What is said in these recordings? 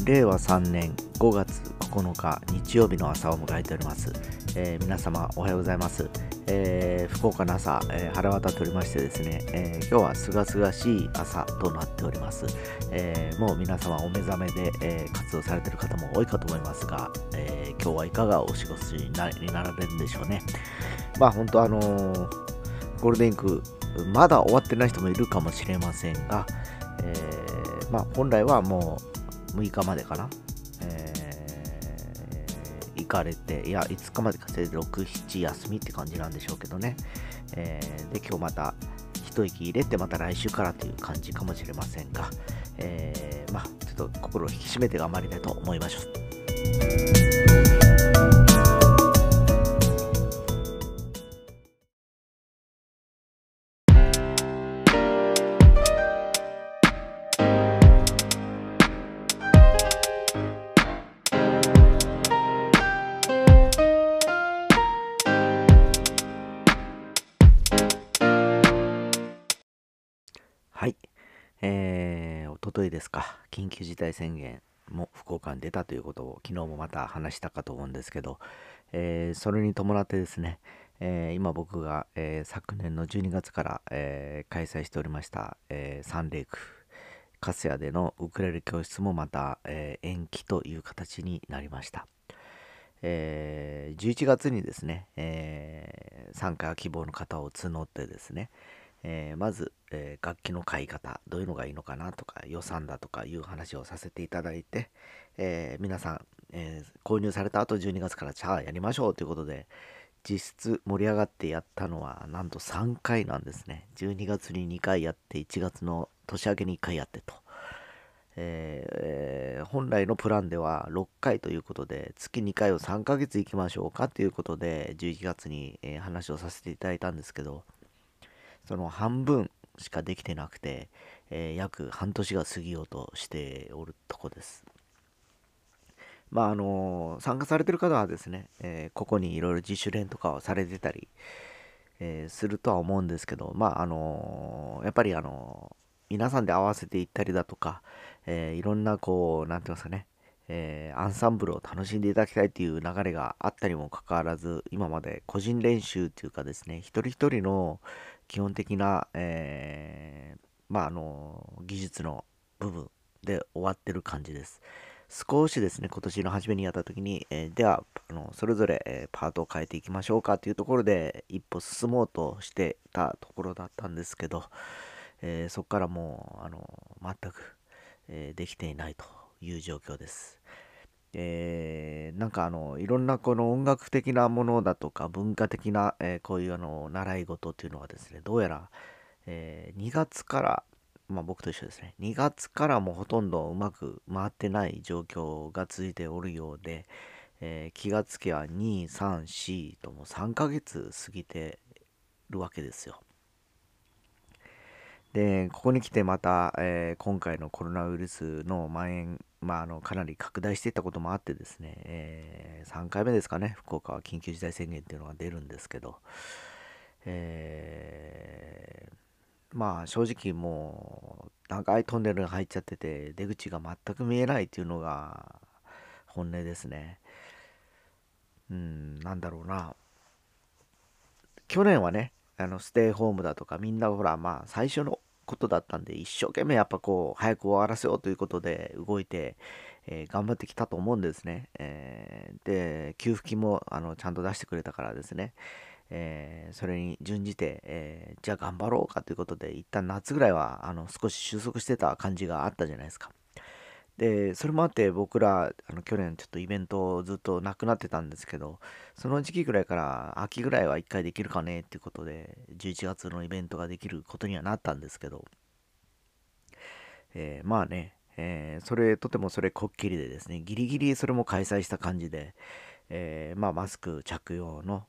令和3年5月9日日曜日の朝を迎えております。皆様おはようございます。福岡の朝、晴れ渡っておりましてですね、今日はすがすがしい朝となっております。もう皆様お目覚めで、活動されている方も多いかと思いますが、今日はいかがお過ごしになられるんでしょうね。本当ゴールデンウィークまだ終わってない人もいるかもしれませんが、本来はもう6日までかな、行かれて、いや5日までかせい6、7休みって感じなんでしょうけどね、で今日また一息入れてまた来週からという感じかもしれませんが、ちょっと心を引き締めて頑張りたいと思いましょう。はい、おとといですか、緊急事態宣言も福岡に出たということを昨日もまた話したかと思うんですけど、それに伴ってですね、今僕が、昨年の12月から、開催しておりました、サンレイク粕谷でのウクレレ教室もまた、延期という形になりました。11月にですね、参加希望の方を募ってですね、まず、楽器の買い方どういうのがいいのかなとか予算だとかいう話をさせていただいて、皆さん、購入された後12月からじゃあやりましょうということで実質盛り上がってやったのはなんと3回なんですね。12月に2回やって1月の年明けに1回やってと、本来のプランでは6回ということで月2回を3ヶ月行きましょうかということで11月に、話をさせていただいたんですけど、その半分しかできてなくて、約半年が過ぎようとしておるとこです。参加されてる方はですね、ここにいろいろ自主練とかをされてたり、するとは思うんですけど、やっぱり皆さんで合わせていったりだとか、いろんなこうなんていうんですかね、アンサンブルを楽しんでいただきたいっていう流れがあったにもかかわらず、今まで個人練習っていうかですね、一人一人の基本的な、技術の部分で終わってる感じです。少しですね、今年の初めにやった時に、ではそれぞれ、パートを変えていきましょうかというところで一歩進もうとしてたところだったんですけど、そこからもう全く、できていないという状況です。いろんなこの音楽的なものだとか文化的な、こういう習い事っていうのはですね、どうやら、2月から、僕と一緒ですね、2月からもほとんどうまく回ってない状況が続いておるようで、気がつけば2、3、4ともう3ヶ月過ぎてるわけですよ。で、ここに来てまた、今回のコロナウイルスの蔓延、かなり拡大していったこともあってですね、3回目ですかね、福岡は緊急事態宣言っていうのが出るんですけど、正直もう長いトンネルに入っちゃってて出口が全く見えないっていうのが本音ですね。なんだろうな。去年はね、ステイホームだとかみんなほら最初のことだったんで一生懸命やっぱこう早く終わらせようということで動いて、頑張ってきたと思うんですね。で給付金もちゃんと出してくれたからですね、それに準じて、じゃあ頑張ろうかということで一旦夏ぐらいは少し収束してた感じがあったじゃないですか。でそれもあって僕ら去年ちょっとイベントずっとなくなってたんですけど、その時期ぐらいから秋ぐらいは1回できるかねっていうことで11月のイベントができることにはなったんですけど、それとてもそれこっきりでですね、ギリギリそれも開催した感じで、マスク着用の、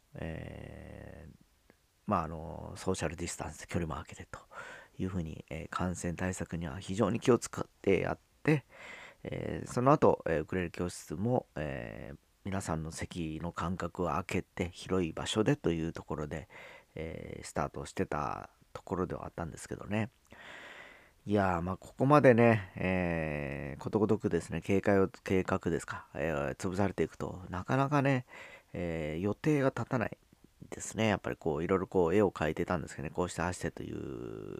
ソーシャルディスタンス距離も空けてというふうに、感染対策には非常に気を使ってやって、その後、ウクレレ教室も、皆さんの席の間隔を空けて広い場所でというところで、スタートしてたところではあったんですけどね。 いやー、まあ、ここまでね、ことごとくですね、計画ですか、潰されていくと、なかなかね、予定が立たないですね。やっぱりこう、いろいろこう、絵を描いてたんですけどね、こうして走ってという、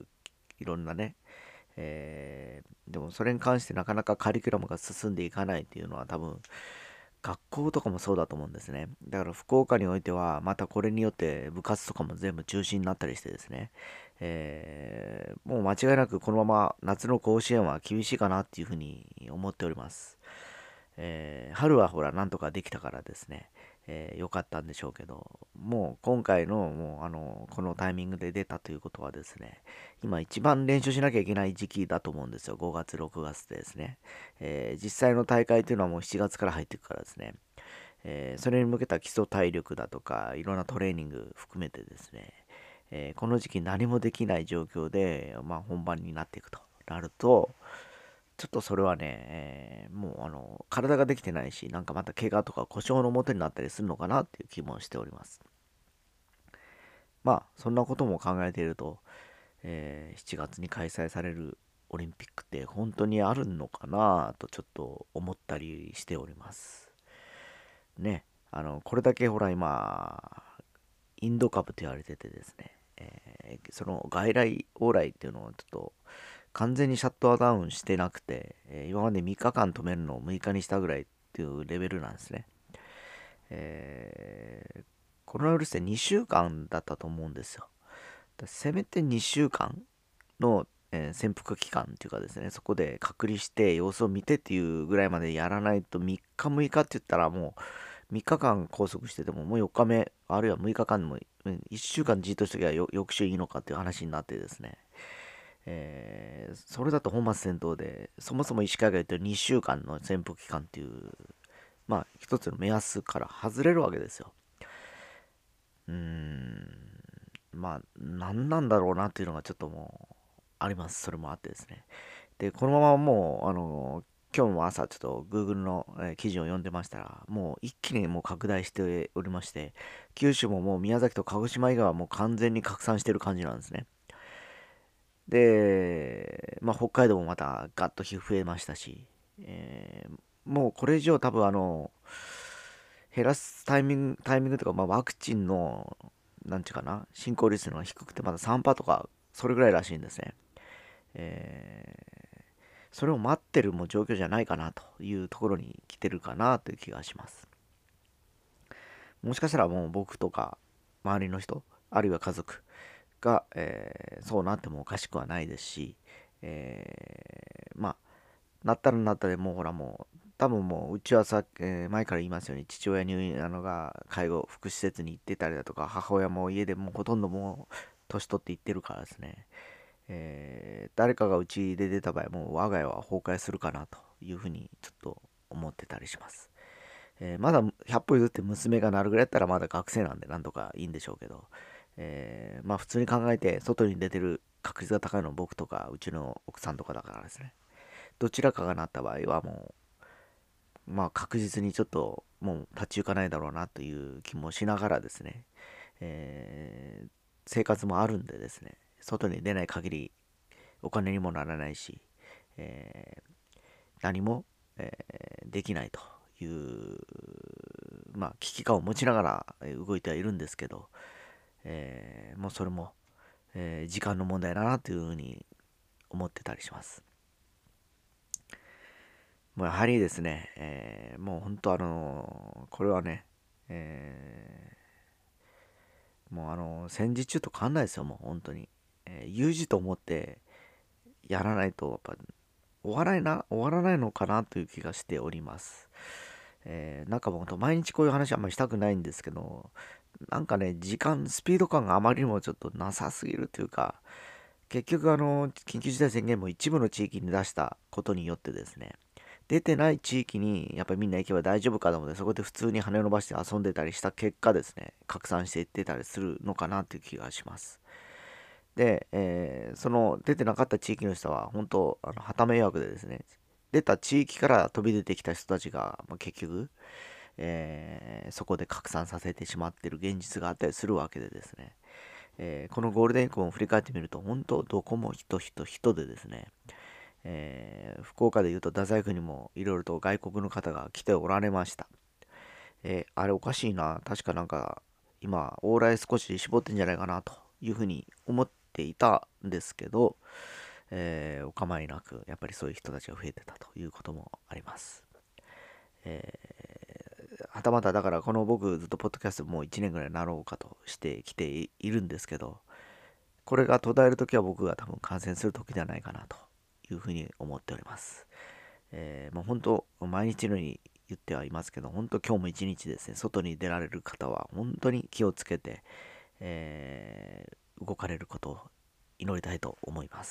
いろんなね、でもそれに関してなかなかカリキュラムが進んでいかないっていうのは多分、学校とかもそうだと思うんですね。だから福岡においては、またこれによって部活とかも全部中止になったりしてですね、もう間違いなくこのまま夏の甲子園は厳しいかなっていうふうに思っております。春はほら、なんとかできたからですね、良かったんでしょうけど、もう今回の、もうこのタイミングで出たということはですね、今一番練習しなきゃいけない時期だと思うんですよ。5月、6月でですね。実際の大会というのはもう7月から入っていくからですね。それに向けた基礎体力だとか、いろんなトレーニング含めてですね、この時期何もできない状況で、まあ、本番になっていくとなると、ちょっとそれはね、もう体ができてないし、なんかまた怪我とか故障のもとになったりするのかなっていう気もしております。まあ、そんなことも考えていると、7月に開催されるオリンピックって本当にあるのかなとちょっと思ったりしております。ね、これだけほら今、インド株と言われててですね、その外来往来っていうのをちょっと完全にシャットダウンしてなくて、今まで3日間止めるのを6日にしたぐらいっていうレベルなんですね。コロナウイルスって2週間だったと思うんですよ。せめて2週間の、潜伏期間っていうかですね、そこで隔離して様子を見てっていうぐらいまでやらないと3日6日って言ったらもう3日間拘束しててももう4日目、あるいは6日間でも1週間じっとしときゃ翌週いいのかっていう話になってですね、それだと本末転倒で、そもそも医師会が言ってる2週間の潜伏期間っていう、まあ一つの目安から外れるわけですよ。うーん、まあ何なんだろうなっていうのがちょっともうあります。それもあってですね。で、このままもう、今日も朝ちょっと Google の、記事を読んでましたら、もう一気にもう拡大しておりまして、九州ももう宮崎と鹿児島以外はもう完全に拡散してる感じなんですね。で、まあ、北海道もまたガッと増えましたし、もうこれ以上多分減らすタイミングとか、まあ、ワクチンの、なんていうかな、進行率の低くてまだ3%とか、それぐらいらしいんですね。えーそれを待ってるもう状況じゃないかなというところに来てるかなという気がします。もしかしたらもう僕とか周りの人、あるいは家族が、そうなってもおかしくはないですし、まあ、なったらなったでもうほらもう、多分もううちはさ、前から言いますように父親入院が介護福祉施設に行ってたりだとか母親も家でもうほとんどもう年取って行ってるからですね、誰かがうちで出た場合もう我が家は崩壊するかなというふうにちょっと思ってたりします。まだ100歩譲って娘がなるぐらいだったらまだ学生なんでなんとかいいんでしょうけど、まあ普通に考えて外に出てる確率が高いのは僕とかうちの奥さんとかだからですね、どちらかがなった場合はもうまあ確実にちょっともう立ち行かないだろうなという気もしながらですね、生活もあるんでですね、外に出ない限りお金にもならないし、え何も、できないという、まあ、危機感を持ちながら動いてはいるんですけど、もうそれも、時間の問題だなというふうに思ってたりします。もうやはりですね、もう本当これはね、えもう戦時中と変わんないですよ、もう本当に。有事と思ってやらないと、やっぱ終わらないのかなという気がしております。なんかもう毎日こういう話あんまりしたくないんですけど、なんかね、スピード感があまりにもちょっとなさすぎるというか、結局緊急事態宣言も一部の地域に出したことによってですね、出てない地域にやっぱりみんな行けば大丈夫かと思って、そこで普通に羽伸ばして遊んでたりした結果ですね、拡散していってたりするのかなという気がします。で、その出てなかった地域の人は、本当、はた迷惑でですね、出た地域から飛び出てきた人たちが、まあ、結局、そこで拡散させてしまっている現実があったりするわけでですね、 このゴールデンウィークを振り返ってみると、本当どこも人でですね、福岡でいうと太宰府にもいろいろと外国の方が来ておられました。あれおかしいな、確かなんか今往来少し絞ってんじゃないかなというふうに思っていたんですけど、お構いなくやっぱりそういう人たちが増えてたということもあります。はたまただからこの僕ずっとポッドキャストもう1年ぐらいになろうかとしてきているんですけど、これが途絶えるときは僕が多分感染するときではないかなというふうに思っております。もう本当毎日のように言ってはいますけど、本当今日も一日ですね、外に出られる方は本当に気をつけて、動かれることを祈りたいと思います。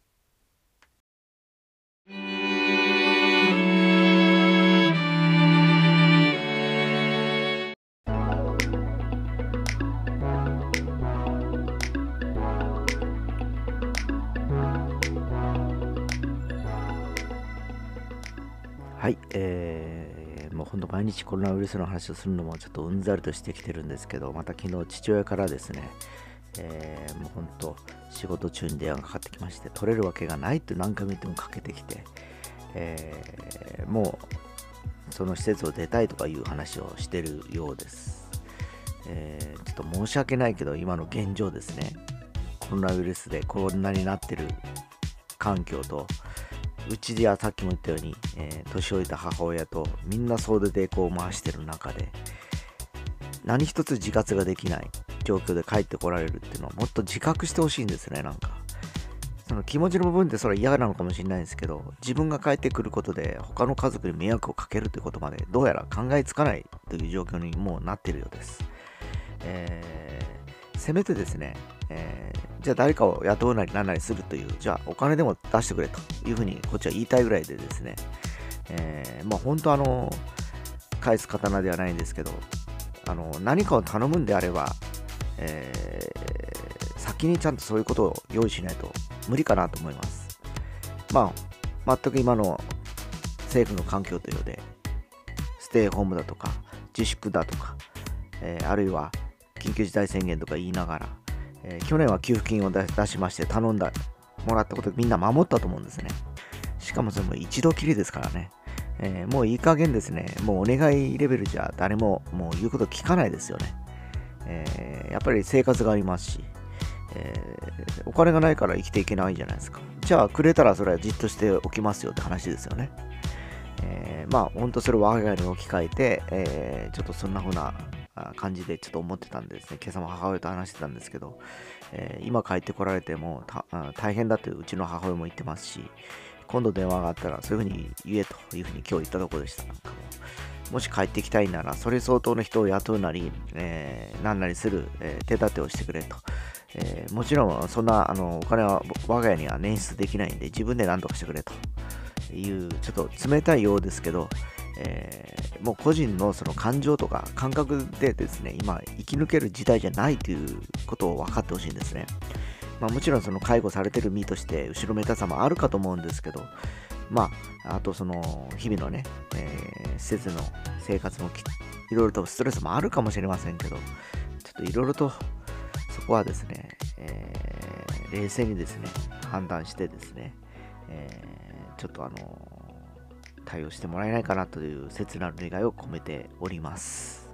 はい、もうほんと毎日コロナウイルスの話をするのもちょっとうんざりとしてきてるんですけど、また昨日父親からですね、もうほんと仕事中に電話がかかってきまして、取れるわけがないって何回も言ってもかけてきて、もうその施設を出たいとかいう話をしてるようです。ちょっと申し訳ないけど今の現状ですね、コロナウイルスでこんなになってる環境と、うちではさっきも言ったように、年老いた母親とみんな総出でこう回してる中で、何一つ自活ができない状況で帰ってこられるっていうのはもっと自覚してほしいんですね。なんかその気持ちの部分でそれは嫌なのかもしれないんですけど、自分が帰ってくることで他の家族に迷惑をかけるということまでどうやら考えつかないという状況にもうなっているようです。せめてですね、じゃあ誰かを雇うなりなんなりするという、じゃあお金でも出してくれというふうにこっちは言いたいぐらいでですね、本当返す刀ではないんですけど、何かを頼むんであれば、先にちゃんとそういうことを用意しないと無理かなと思います。全く今の政府の環境というので、ステイホームだとか自粛だとか、あるいは緊急事態宣言とか言いながら、去年は給付金を出しまして頼んだもらったことみんな守ったと思うんですね。しかもそれも一度きりですからね、もういい加減ですね、もうお願いレベルじゃ誰ももう言うこと聞かないですよね。やっぱり生活がありますし、お金がないから生きていけないじゃないですか。じゃあくれたらそれはじっとしておきますよって話ですよね。本当それを我が家に置き換えて、ちょっとそんな風な感じでちょっと思ってたんですね。今朝も母親と話してたんですけど、今帰ってこられても大変だってうちの母親も言ってますし、今度電話があったらそういう風に言えという風に今日言ったところでした。なんかもし帰ってきたいならそれ相当の人を雇うなり、何なりする、手立てをしてくれと。もちろんそんなお金は我が家には捻出できないんで自分で何とかしてくれというちょっと冷たいようですけど、もう個人のその感情とか感覚でですね、今生き抜ける時代じゃないということを分かってほしいんですね。もちろんその介護されてる身として後ろめたさもあるかと思うんですけど、あとその日々のね、施設の生活もいろいろとストレスもあるかもしれませんけど、ちょっといろいろとそこはですね、冷静にですね判断してですね、ちょっと対応してもらえないかなという切なる願いを込めております。